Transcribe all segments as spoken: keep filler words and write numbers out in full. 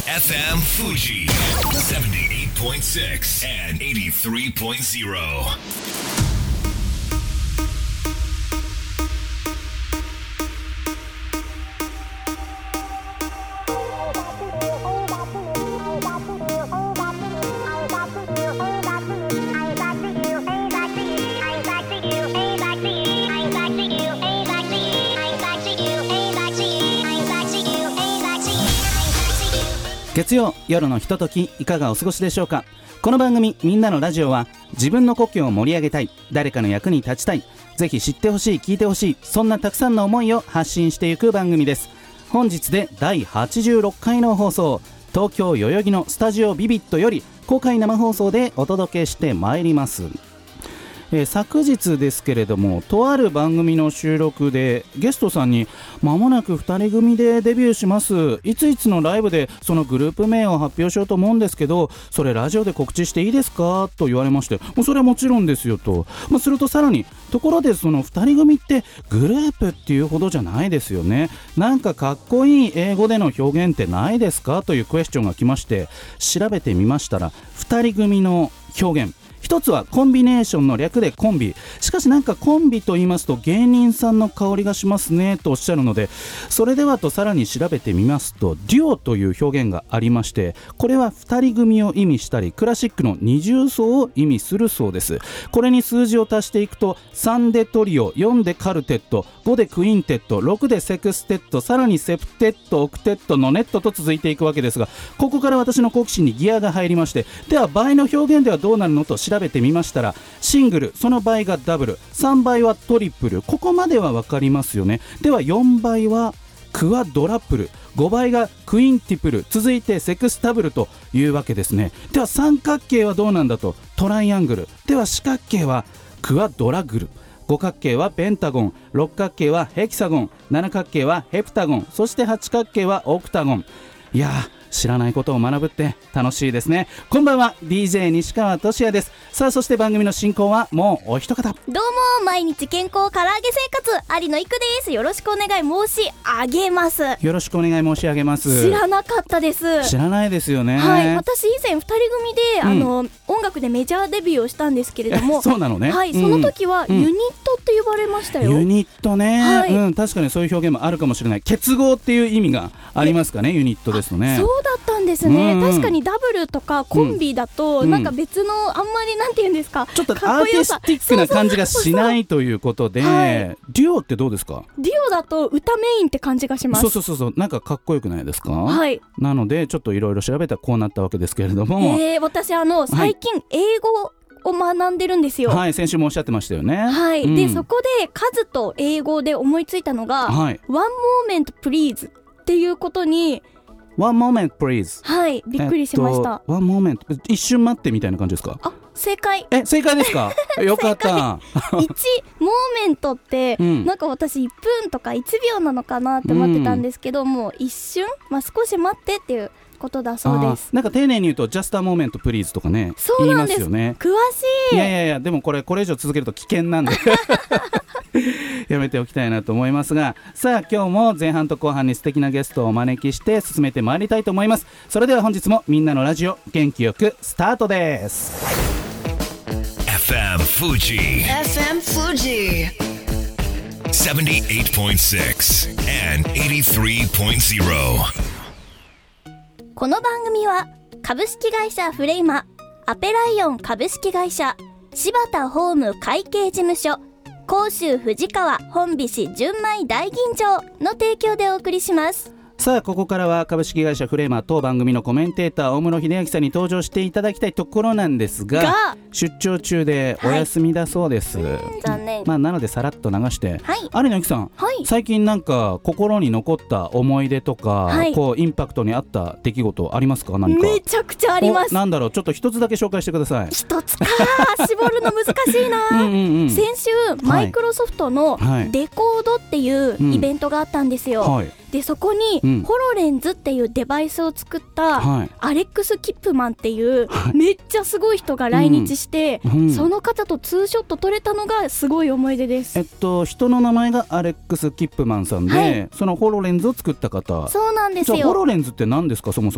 エフエム Fuji seventy-eight point six and eighty-three point zero。 月曜夜のひとときいかがお過ごしでしょうか。この番組みんなのラジオは自分の故郷を盛り上げたい、誰かの役に立ちたい、ぜひ知ってほしい、聞いてほしい、そんなたくさんの思いを発信していく番組です。本日でだいはちじゅうろっかいの放送、東京代々木のスタジオビビットより公開生放送でお届けしてまいります。えー、昨日ですけれども、とある番組の収録でゲストさんに間もなくふたり組でデビューします、いついつのライブでそのグループ名を発表しようと思うんですけど、それラジオで告知していいですかと言われまして、もうそれはもちろんですよと、まあ、するとさらに、ところでそのふたり組ってグループっていうほどじゃないですよね、なんかかっこいい英語での表現ってないですかというクエスチョンが来まして、調べてみましたらふたり組の表現、一つはコンビネーションの略でコンビ。しかしなんかコンビと言いますと芸人さんの香りがしますねとおっしゃるので、それではとさらに調べてみますと、デュオという表現がありまして、これはふたり組を意味したりクラシックの二重奏を意味するそうです。これに数字を足していくとさんでトリオ、よんでカルテット、ごでクインテット、ろくでセクステット、さらにセプテット、オクテット、ノネットと続いていくわけですが、ここから私の好奇心にギアが入りまして、では倍の表現ではどうなるのと調べてみましたら、シングル、その倍がダブル、さんばいはトリプル、ここまでは分かりますよね。ではよんばいはクワドラプル、ごばいがクインティプル、続いてセクスタブルというわけですね。では三角形はどうなんだと、トライアングル、では四角形はクワドラグル、五角形はペンタゴン、六角形はヘキサゴン、七角形はヘプタゴン、そして八角形はオクタゴン。いやー、知らないことを学ぶって楽しいですね。こんばんは、 ディージェー 西川俊也です。さあ、そして番組の進行はもうお一方。 どうも、毎日健康唐揚げ生活有野いくです。よろしくお願い申し上げます。 よろしくお願い申し上げます。 知らなかったです。 知らないですよね。 はい、私以前ふたり組で、うん、あの音楽でメジャーデビューをしたんですけれども、 そうなのね。 はい、その時はユニットって呼ばれましたよ、 うん、ユニットね、はい、うん、確かにそういう表現もあるかもしれない。結合っていう意味がありますかね、ユニットですとね。 そうだったんですね、うんうん、確かにダブルとかコンビだと、うん、なんか別のあんまりなんて言うんですか、 ちょっとアーティスティックな感じがしないということで、はい、デュオってどうですか？ デュオだと歌メインって感じがします。 そうそうそうそう、なんかかっこよくないですか？ はい。 なのでちょっといろいろ調べたらこうなったわけですけれども、 えー、私あの最近英語を学んでるんですよ。 はい、先週もおっしゃってましたよね。 はい、うん、でそこで数と英語で思いついたのが、はい、One moment please っていうことに、 One moment please。 はい、びっくりしました。 えっと、One moment、 一瞬待ってみたいな感じですか？ あ、正解。 え、正解ですか？よかった。いちモーメントって、うん、なんか私いっぷんとかいちびょうなのかなって思ってたんですけど、うん、もう一瞬、まあ、少し待ってっていうことだそうです。 なんか丁寧に言うと Just a moment please とかね、 そうなんです、 言いますよね。 詳しい。 いやいやいや、でもこれこれ以上続けると危険なんでやめておきたいなと思いますが、さあ今日も前半と後半に素敵なゲストをお招きして進めてまいりたいと思います。それでは本日もみんなのラジオ元気よくスタートです。 エフエム Fuji エフエム Fuji seventy-eight point six and eighty-three point zero。 この番組は株式会社フレイマ、アペライオン株式会社、柴田ホーム会計事務所、甲州藤川本菱純米大吟醸の提供でお送りします。 さあ、ここからは株式会社フレーマ当番組のコメンテーター大室秀明さんに登場していただきたいところなんですが、が出張中でお休みだそうです、はい、 残念。 まあ、なのでさらっと流して、 はい、 有野由紀さん、はい、最近なんか心に残った思い出とか、はい、こうインパクトにあった出来事ありますか？何か。 めちゃくちゃあります。 なんだろう、ちょっと一つだけ紹介してください。 一つか絞るの難しいなうんうん、うん、先週マイクロソフトのデコードっていうイベントがあったんですよ、はいはい。でそこに、うん、ホロレンズっていうデバイスを作った、はい、アレックス・キップマンっていう、はい、めっちゃすごい人が来日して、うんうん、その方とツーショット撮れたのがすごい思い出です。 えっと人の名前がアレックス・キップマンさんで、はい、そのホロレンズを作った方。 そうなんですよ。 じゃあホロレンズって何ですか？そもそも。 ホロ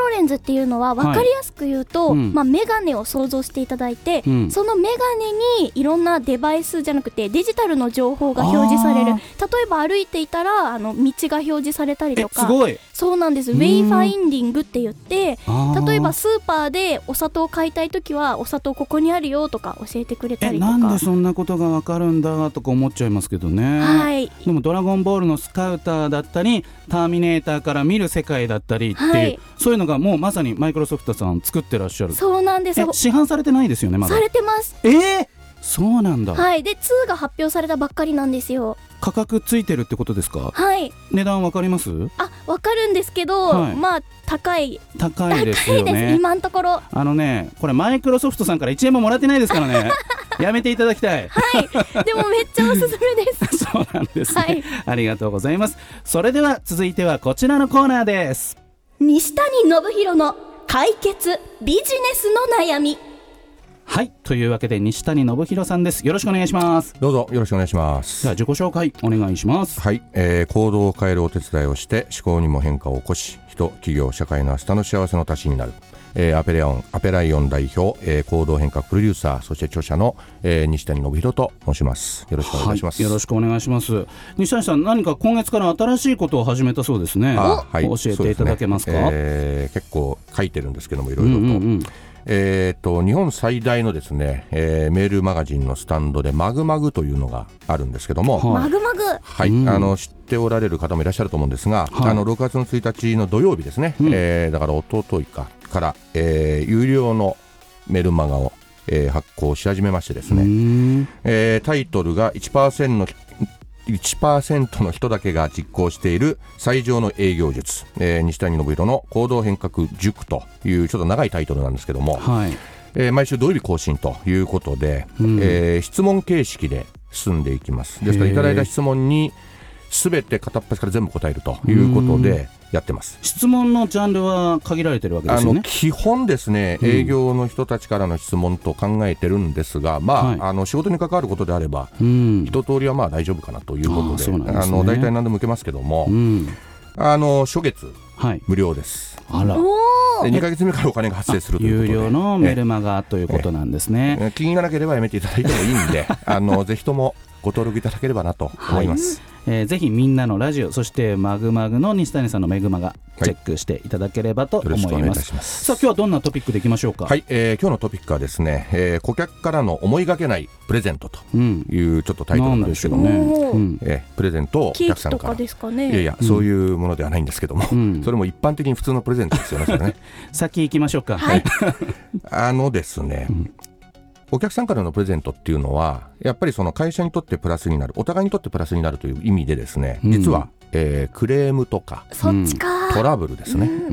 ロレンズっていうのは分かりやすく言うと、はいうんまあ、メガネを想像していただいて、うん、そのメガネにいろんなデバイスじゃなくてデジタルの情報が表示される。例えば歩いていたらあの道が表示されたりとか。 すごい。 そうなんです。ウェイファインディングって言って、例えばスーパーでお砂糖を買いたいときはお砂糖ここにあるよとか教えてくれたりとか。 えなんでそんなことが分かるんだとか思っちゃいますけどね、はい、でもドラゴンボールのスカウターだったりターミネーターから見る世界だったりっていう、はい、そういうのがもうまさにマイクロソフトさん作ってらっしゃる。 そうなんです。 市販されてないですよねまだ。 されてます。 えー、そうなんだ。 はい。でツーが発表されたばっかりなんですよ。 価格ついてるってことですか。 はい。 値段わかります？ あ、わかるんですけど、はい、まあ高い高いですよね。 高いです今のところ。 あのねこれマイクロソフトさんからいちえんももらってないですからねやめていただきたい。 はいでもめっちゃおすすめですそうなんですね、はい、ありがとうございます。それでは続いてはこちらのコーナーです。 西谷信弘の解決ビジネスの悩み。 はい、というわけで西谷信弘さんです。よろしくお願いします。 どうぞよろしくお願いします。 では自己紹介お願いします。 はい、えー、行動を変えるお手伝いをして思考にも変化を起こし人企業社会の明日の幸せの足しになる、えー、アペレオンアペライオン代表、えー、行動変革プロデューサーそして著者の、えー、西谷信弘と申します。よろしくお願いします、 はい、よろしくお願いします。西谷さん何か今月から新しいことを始めたそうですね。あ、はい、教えていただけますか。 そうですね、えー、結構書いてるんですけどもいろいろと、うんうんうんえー、と日本最大のですね、えー、メールマガジンのスタンドでマグマグというのがあるんですけども、 はい、マグマグ、 はい、うん、あの知っておられる方もいらっしゃると思うんですが、はい、あのろくがつのついたちの土曜日ですね、うんえー、だから一昨日かから、えー、有料のメールマガを、えー、発行し始めましてですね、えー、タイトルが いちパーセント のいちパーセント の人だけが実行している最上の営業術、えー、西谷信弘の行動変革塾というちょっと長いタイトルなんですけども、はいえー、毎週土曜日更新ということで、うんえー、質問形式で進んでいきます。ですからいただいた質問に全て片っ端から全部答えるということでやってます。 質問のジャンルは限られてるわけですよね。 あの基本ですね、営業の人たちからの質問と考えてるんですが、まあはい、あの仕事に関わることであれば、うん、一通りはまあ大丈夫かなということ で, で、ね、あの大体何でも受けますけども、うん、あの初月、はい、無料です。 あらでにかげつめからお金が発生するということで有料のメルマガということなんですね。 ええ気にならなければやめていただいてもいいんであのぜひともご登録いただければなと思います、 はいえー、ぜひみんなのラジオそしてマグマグの西谷さんのメグマガチェックしていただければと思います、はい、よろしくお願いいたします。さあ今日はどんなトピックでいきましょうか。 はい、えー、今日のトピックはですね、えー、顧客からの思いがけないプレゼントというちょっとタイトルなんですけども、ねうんえー、プレゼントをお客さんからケーキとかですかね。 いやいや、うん、そういうものではないんですけども、うん、それも一般的に普通のプレゼントですよねそれね先行きましょうか。 はいあのですね、うんお客さんからのプレゼントっていうのはやっぱりその会社にとってプラスになるお互いにとってプラスになるという意味でですね、うん、実は、えー、クレームとかそっちかトラブルですね、 うん、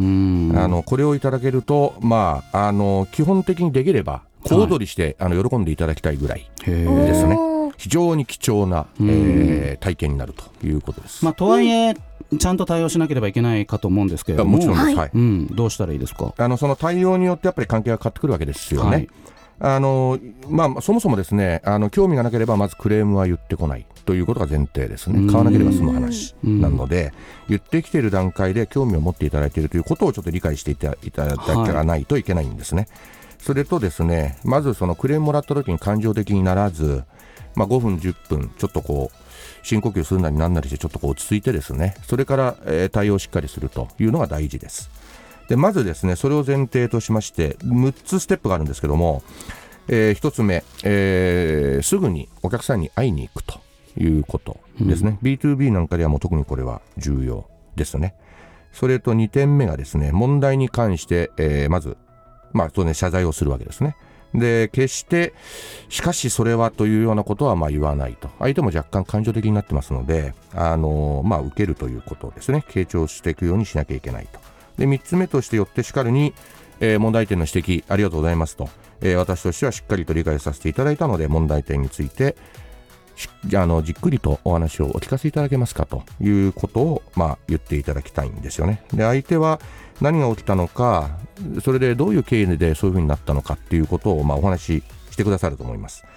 あのこれをいただけると、まあ、あの基本的にできれば小躍りして、はい、あの喜んでいただきたいぐらいですね。非常に貴重な、えー、体験になるということです、 まあ、とはいえ、うん、ちゃんと対応しなければいけないかと思うんですけれどももちろんです、はいはいうん、どうしたらいいですか。 あのその対応によってやっぱり関係が変わってくるわけですよね、はいあのまあ、そもそもですねあの興味がなければまずクレームは言ってこないということが前提ですね。買わなければ済む話なので言ってきている段階で興味を持っていただいているということをちょっと理解していただかないといけないんですね、はい、それとですねまずそのクレームもらった時に感情的にならず、まあ、ごふんじゅっぷんちょっとこう深呼吸するなりなんなりしてちょっとこう落ち着いてですねそれから、えー、対応をしっかりするというのが大事です。でまずですねそれを前提としましてむっつステップがあるんですけども、えー、ひとつめ、えー、すぐにお客さんに会いに行くということですね、うん、ビーツービー なんかではもう特にこれは重要ですね。それとにてんめがですね問題に関して、えー、まず、まあ当然謝罪をするわけですね。で決してしかしそれはというようなことはまあ言わないと。相手も若干感情的になってますのであのー、まあ受けるということをですね傾聴していくようにしなきゃいけないと。でみっつめとしてよってしかるに、えー、問題点の指摘ありがとうございますと、えー、私としてはしっかりと理解させていただいたので問題点についてあのじっくりとお話をお聞かせいただけますかということを、まあ、言っていただきたいんですよね。で相手は何が起きたのかそれでどういう経緯でそういうふうになったのかっていうことを、まあ、お話ししてくださると思います。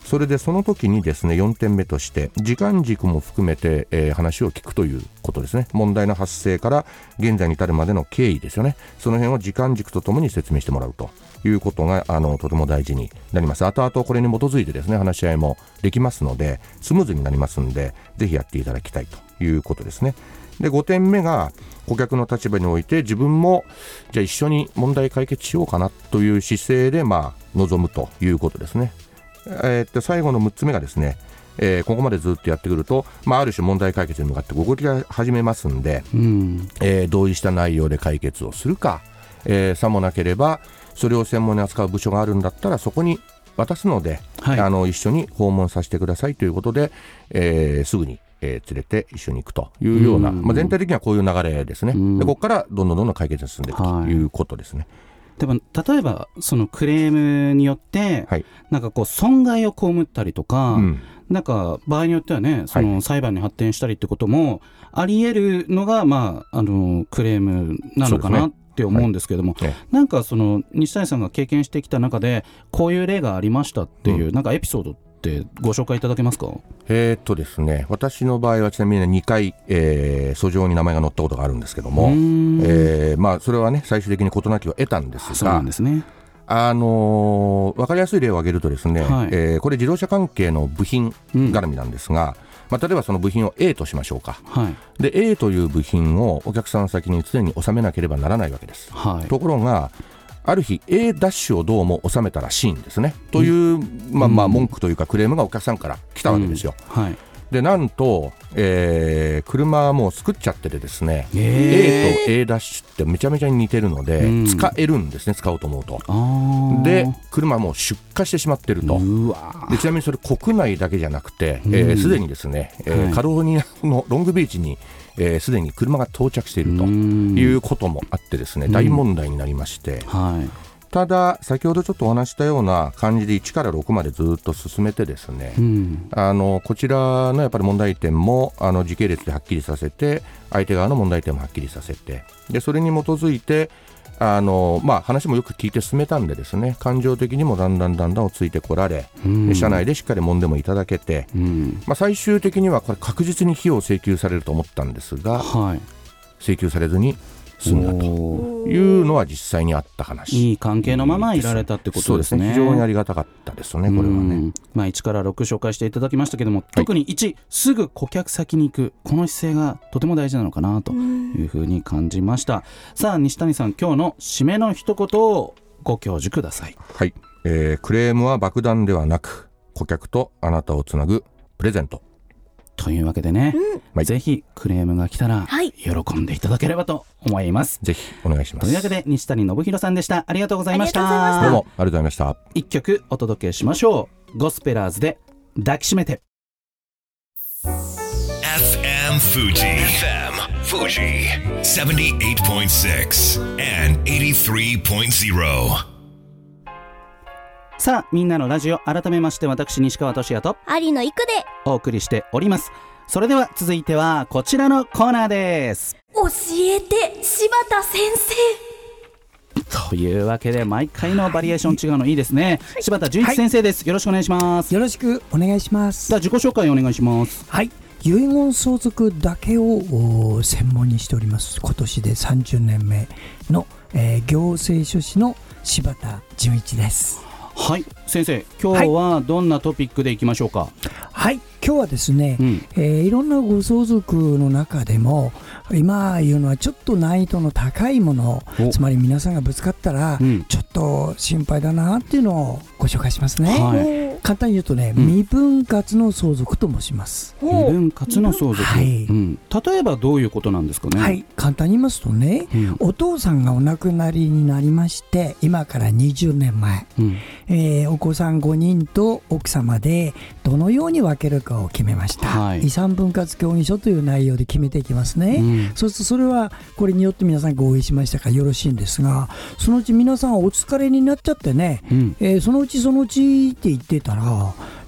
それでその時にですねよんてんめとして時間軸も含めて、えー、話を聞くということですね。問題の発生から現在に至るまでの経緯ですよね。その辺を時間軸とともに説明してもらうということがあのとても大事になります。後々これに基づいてですね話し合いもできますのでスムーズになりますのでぜひやっていただきたいということですね。でごてんめが顧客の立場において自分もじゃあ一緒に問題解決しようかなという姿勢でまあ臨むということですね。えー、っと最後のむっつめがですね、えー、ここまでずっとやってくると、まあ、ある種問題解決に向かって動き始めますんで、うんえー、同意した内容で解決をするか、えー、さもなければそれを専門に扱う部署があるんだったらそこに渡すので、はい、あの一緒に訪問させてくださいということで、えー、すぐにえー、連れて一緒に行くというような、まあ、全体的にはこういう流れですね。でここからどんどんどんどん解決に進んでいくということですね。はいでも例えばそのクレームによって、はい、なんかこう損害を被ったりとか、うん、なんか場合によってはねその裁判に発展したりってこともあり得るのが、まあ、あのクレームなのかなって思うんですけども、はい、なんかその西谷さんが経験してきた中でこういう例がありましたっていう、うん、なんかエピソードってご紹介いただけますか？ えー、っとですね私の場合はちなみににかい、えー、訴状に名前が載ったことがあるんですけども、えーまあ、それはね最終的に事なきを得たんですが、 そうなんですね。 あのー、分かりやすい例を挙げるとですね、はいえー、これ自動車関係の部品絡みなんですが、うんまあ、例えばその部品を A としましょうか、はい、で A という部品をお客さん先に常に収めなければならないわけです、はい、ところがある日 A ダッシュをどうも収めたらしいんですねという、うん、まあまあ文句というかクレームがお客さんから来たわけですよ、うんはい、でなんと、えー、車はもう作っちゃっててですね、えー、A と A ダッシュってめちゃめちゃに似てるので、うん、使えるんですね使おうと思うとで車はもう出荷してしまってるとうわでちなみにそれ国内だけじゃなくてすで、えー、にですね、えーはい、カリフォルニアのロングビーチにすで、えー、に車が到着しているということもあってですね大問題になりまして、はい、ただ先ほどちょっとお話したような感じでいちからろくまでずっと進めてですね、うん、あのこちらのやっぱり問題点もあの時系列ではっきりさせて相手側の問題点もはっきりさせてでそれに基づいてあの、まあ、話もよく聞いて進めたんでですね感情的にもだんだんだんだん落ち着いてこられ、うん、社内でしっかり揉んでもいただけて、うんまあ、最終的にはこれ確実に費用を請求されると思ったんですが、はい、請求されずに済んだというのは実際にあった話。 いい関係のままいられたってことですね。 そうですね非常にありがたかったですよねこれはね。 まあ、いちからろく紹介していただきましたけども、はい、特にいちすぐ顧客先に行くこの姿勢がとても大事なのかなというふうに感じました。さあ西谷さん今日の締めの一言をご教授ください。 はい、えー、クレームは爆弾ではなく顧客とあなたをつなぐプレゼントというわけでね、うん、ぜひクレームが来たら喜んでいただければと思います、 はい、ぜひお願いします。 というわけで西谷信弘さんでした。ありがとうございました。 どうもありがとうございました。 一曲お届けしましょう。ゴスペラーズで抱きしめて。 エフエム Fujiエフエム Fuji セブンティーエイトポイントシックス and エイティスリーポイントゼロ。 さあみんなのラジオ改めまして私西川俊也と有野育でお送りしております。それでは続いてはこちらのコーナーです。 教えて柴田先生。というわけで毎回のバリエーション違うのいいですね、はい、柴田純一先生です、はい、よろしくお願いします。 よろしくお願いします。 じゃあ自己紹介お願いします。 はい、遺言相続だけを専門にしております今年でさんじゅうねんめの、えー、行政書士の柴田純一です。 はい先生今日はどんなトピックでいきましょうか。 はい、はい、今日はですね、うんえー、いろんなご相続の中でも今言うのはちょっと難易度の高いものつまり皆さんがぶつかったらちょっと心配だなっていうのをご紹介しますね、はい、簡単に言うとね、うん、未分割の相続と申します。 未分割の相続、はいうん、例えばどういうことなんですかね。 はい簡単に言いますとね、うん、お父さんがお亡くなりになりまして今からにじゅうねんまえ、うんえー、お子さんごにんと奥様でどのように分けるかを決めました、はい、遺産分割協議書という内容で決めていきますね、うん、そうするとそれはこれによって皆さん合意しましたからよろしいんですがそのうち皆さんお疲れになっちゃってね、うんえー、そのうちそのうちって言ってたら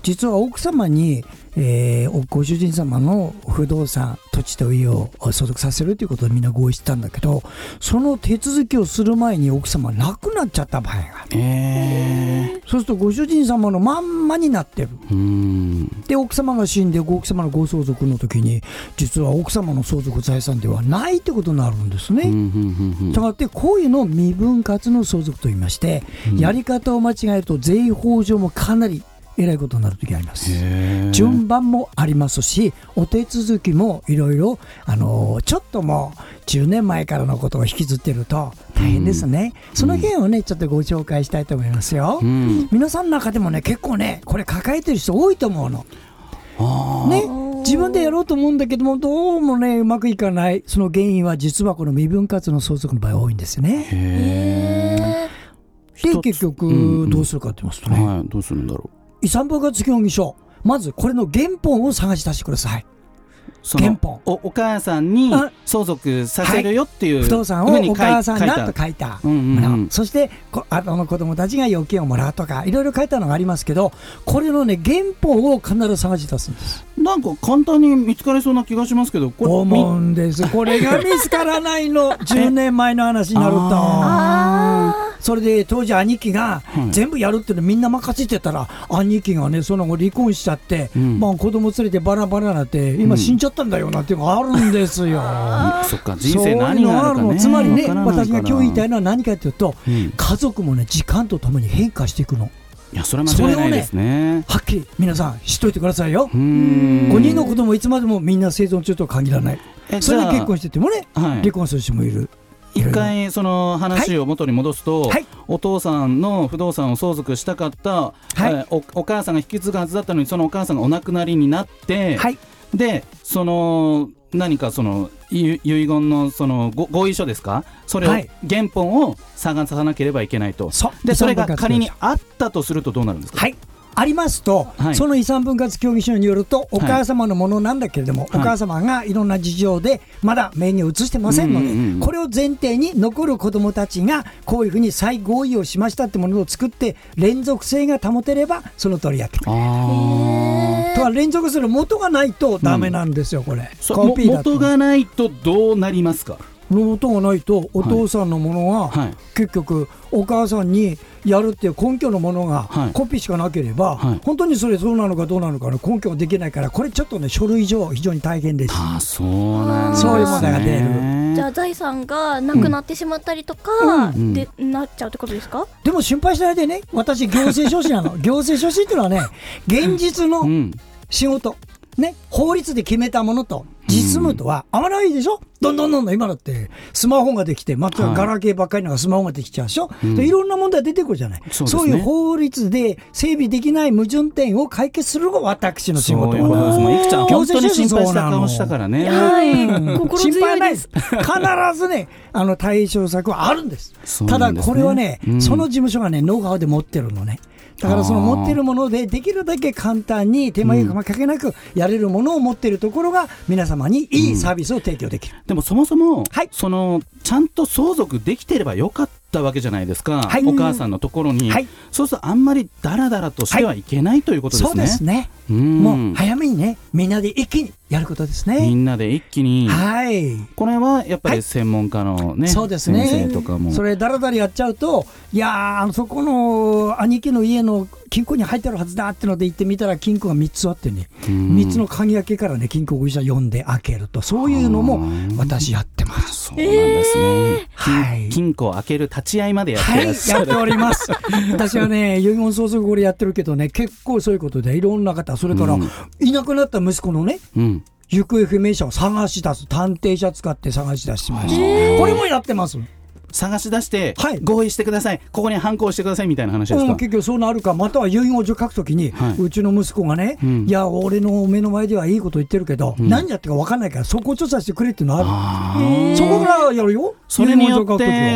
実は奥様に、えー、ご主人様の不動産土地と家を相続させるということでみんな合意してたんだけど、その手続きをする前に奥様亡くなっちゃった場合がある、えー、そうするとご主人様のまんまになってる。うーんで奥様が死んで奥様のご相続の時に実は奥様の相続財産ではないってことになるんですね。したがってこういうのを未分割の相続と言いまして、うん、やり方を間違えると税法上もかなりえらいことになるときがあります。順番もありますしお手続きもいろいろあのー、ちょっともうじゅうねんまえからのことを引きずってると大変ですね、うん、その辺をねちょっとご紹介したいと思いますよ、うん、皆さんの中でもね結構ねこれ抱えてる人多いと思うのね。自分でやろうと思うんだけどもどうもねうまくいかない。その原因は実はこの未分割の相続の場合多いんですよね。へーで結局どうするかって言いますとね、 うんはい、どうするんだろう。 遺産分割協議書、まずこれの原本を探し出してください。 その原本 お, お母さんに相続させるよっていう、はい、 不動産をお母さんがと書いた、うんうんうん、そしてあの子供たちが要件をもらうとかいろいろ書いたのがありますけど、これのね原本を必ず探し出すんです。 なんか簡単に見つかりそうな気がしますけど、これ思うんです。これが見つからないのじゅうねんまえの話になるとあそれで当時兄貴が全部やるっていうのみんな任せてたら、うん、兄貴がねその後離婚しちゃって、うんまあ、子供連れてバラバラになって今死んじゃったんだよなんていうのがあるんですよ、 うん、そっか人生何があるかね。 つまりね私が今日言いたいのは何かというと、うん、家族もね時間とともに変化していくの。 いやそれは間違いないですね。 はっきり皆さん知っといてくださいよ。うーんごにんの子供いつまでもみんな生存中とは限らない。それで結婚しててもね、はい、離婚する人もいる。 一回その話を元に戻すと、はい、お父さんの不動産を相続したかった、はいえー、お, お母さんが引き継ぐはずだったのにそのお母さんがお亡くなりになって、はい、でその何かその遺言のその合意書ですか、それを、はい、原本を探さなければいけないと。そでそれが仮にあったとするとどうなるんですか。 はいありますと、はい、その遺産分割協議書によるとお母様のものなんだけれども、はい、お母様がいろんな事情でまだ名義を移してませんので、うんうんうん、これを前提に残る子どもたちがこういうふうに再合意をしましたってものを作って連続性が保てればその通りやってくれる。とは連続する元がないとダメなんですよ、うん、これコピーだと元がないとどうなりますか。 元がないとお父さんのものが、はい、結局お母さんにやるっていう根拠のものがコピーしかなければ、はい、本当にそれそうなのかどうなのかの根拠ができないから、これちょっとね書類上非常に大変です。 あそうなんですね。 そういう問題が出る。 じゃあ財産がなくなってしまったりとか、うん、でなっちゃうってことですか。 でも心配しないでね、私行政書士なの行政書士っていうのはね現実の仕事、ね、法律で決めたものと実務とは合わないでしょ。どんどんどんどん今だってスマホができてまたガラケーばっかりのがスマホができちゃうでしょ、はい、でいろんな問題出てくるじゃない、うん、そうですね、そういう法律で整備できない矛盾点を解決するのが私の仕事。 そういうことですもん。いくちゃん本当に心配した顔したからね。 はい、心心配ないです必ずねあの対処策はあるんです。ただこれはね、うん、その事務所がねノウハウで持ってるのね。だからその持っているものでできるだけ簡単に手間がかけなくやれるものを持っているところが皆様にいいサービスを提供できる、 うん、でもそもそも、はい、そのちゃんと相続できてればよかったわけじゃないですか、はい、お母さんのところに、はい、そうするとあんまりダラダラとしてはいけない、はい、ということですね。 そうですね、うん、もう早めにねみんなで一気にやることですね。 みんなで一気に、 はい、 これはやっぱり専門家の、ね、はい、そうですね、先生とかもそれダラダラやっちゃうと、いやあのそこの兄貴の家の金庫に入ってるはずだってので行ってみたら金庫がみっつあってね、みっつの鍵開けからね金庫を読んで開けると、そういうのも私やってます。 そうなんですね、えーはい、 金庫を開ける立ち会いまでやってらっしゃる、 はい、やっております私はね遺言相続これやってるけどね結構そういうことでいろんな方、それから、うん、いなくなった息子のね、うん、行方不明者を探し出す探偵者使って探し出しました、えー、これもやってます。 探し出して、はい、合意してください、ここに反抗してくださいみたいな話ですか、 うん、結局そうなるか、または遺言書書くときに、はい、うちの息子がね、うん、いや俺の目の前ではいいこと言ってるけど、うん、何やってか分かんないからそこを調査してくれっていうのある。あそこからやるよ。 それによって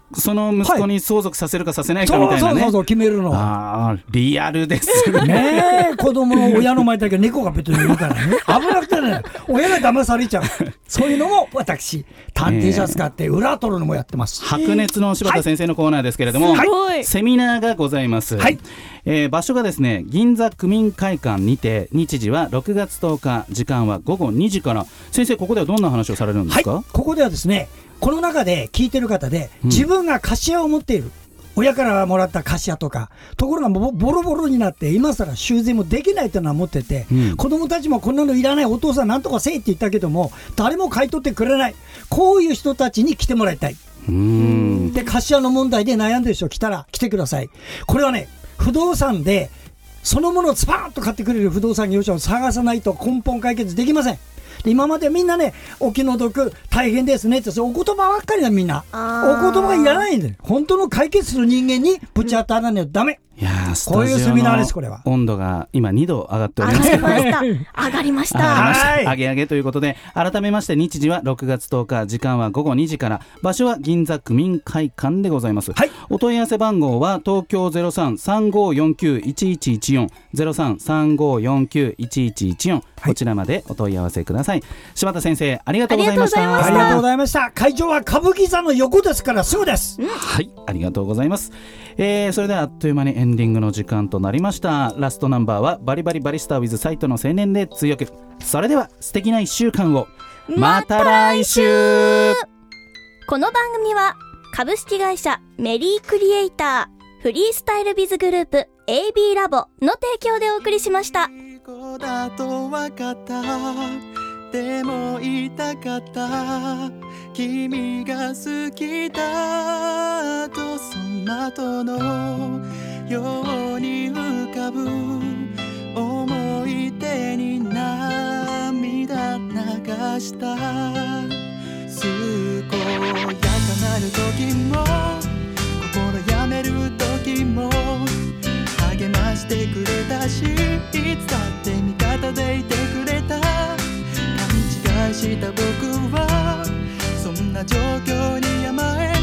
その息子に相続させるかさせないかみたいなね、 そうそうそう決めるの。 ああリアルですね。 ねえ子供の親の前だけ猫がペットにいるからね危なくてね親が騙されちゃうそういうのも私探偵社使って裏取るのもやってます。 白熱の柴田先生のコーナーですけれども、はい、セミナーがございます、はいえー、場所がですね銀座区民会館にて、日時はろくがつとおか、時間はごごにじから。先生ここではどんな話をされるんですか？ はい、ここではですねこの中で聞いてる方で自分が菓子屋を持っている、うん、親からもらった菓子屋とか、ところがもボロボロになって今更修繕もできないというのは持ってて、うん、子供たちもこんなのいらない、お父さんなんとかせいって言ったけども誰も買い取ってくれない、こういう人たちに来てもらいたい。うーんで菓子屋の問題で悩んでる人来たら来てください。これはね不動産でそのものをスパーンと買ってくれる不動産業者を探さないと根本解決できません。で今までみんなねお気の毒大変ですねってお言葉ばっかりだ。みんなお言葉がいらないんで、本当の解決する人間にぶち当たらないとダメ。 いやーこういうセミナーです。これは温度が今にど上がっております。 上がりました上がりました上げ上げということで、改めまして日時はろくがつとおか、時間はごごにじから、場所は銀座区民会館でございます、はい、お問い合わせ番号は東京 ゼロさん さんごよんきゅう いちいちいちよん ゼロさん さんごよんきゅう いちいちいちよん、こちらまでお問い合わせください。柴田先生ありがとうございました。 ありがとうございました。会場は歌舞伎座の横ですからすぐです、うん、 はいありがとうございます、えー、それではあっという間にエンディングの時間となりました。ラストナンバーはバリバリバリスタ with サイトの青年で強く。それでは素敵ないっしゅうかんを。また来週。 この番組は株式会社メリークリエイター、フリースタイルビズグループ エービー ラボの提供でお送りしました。 だとわかった、でも言いたかった、君が好きだとその後のように浮かぶ思い出に涙流した。健やかなる時も心やめる時も励ましてくれたし、いつだって味方でいてくれた。勘違いした僕はそんな状況に甘え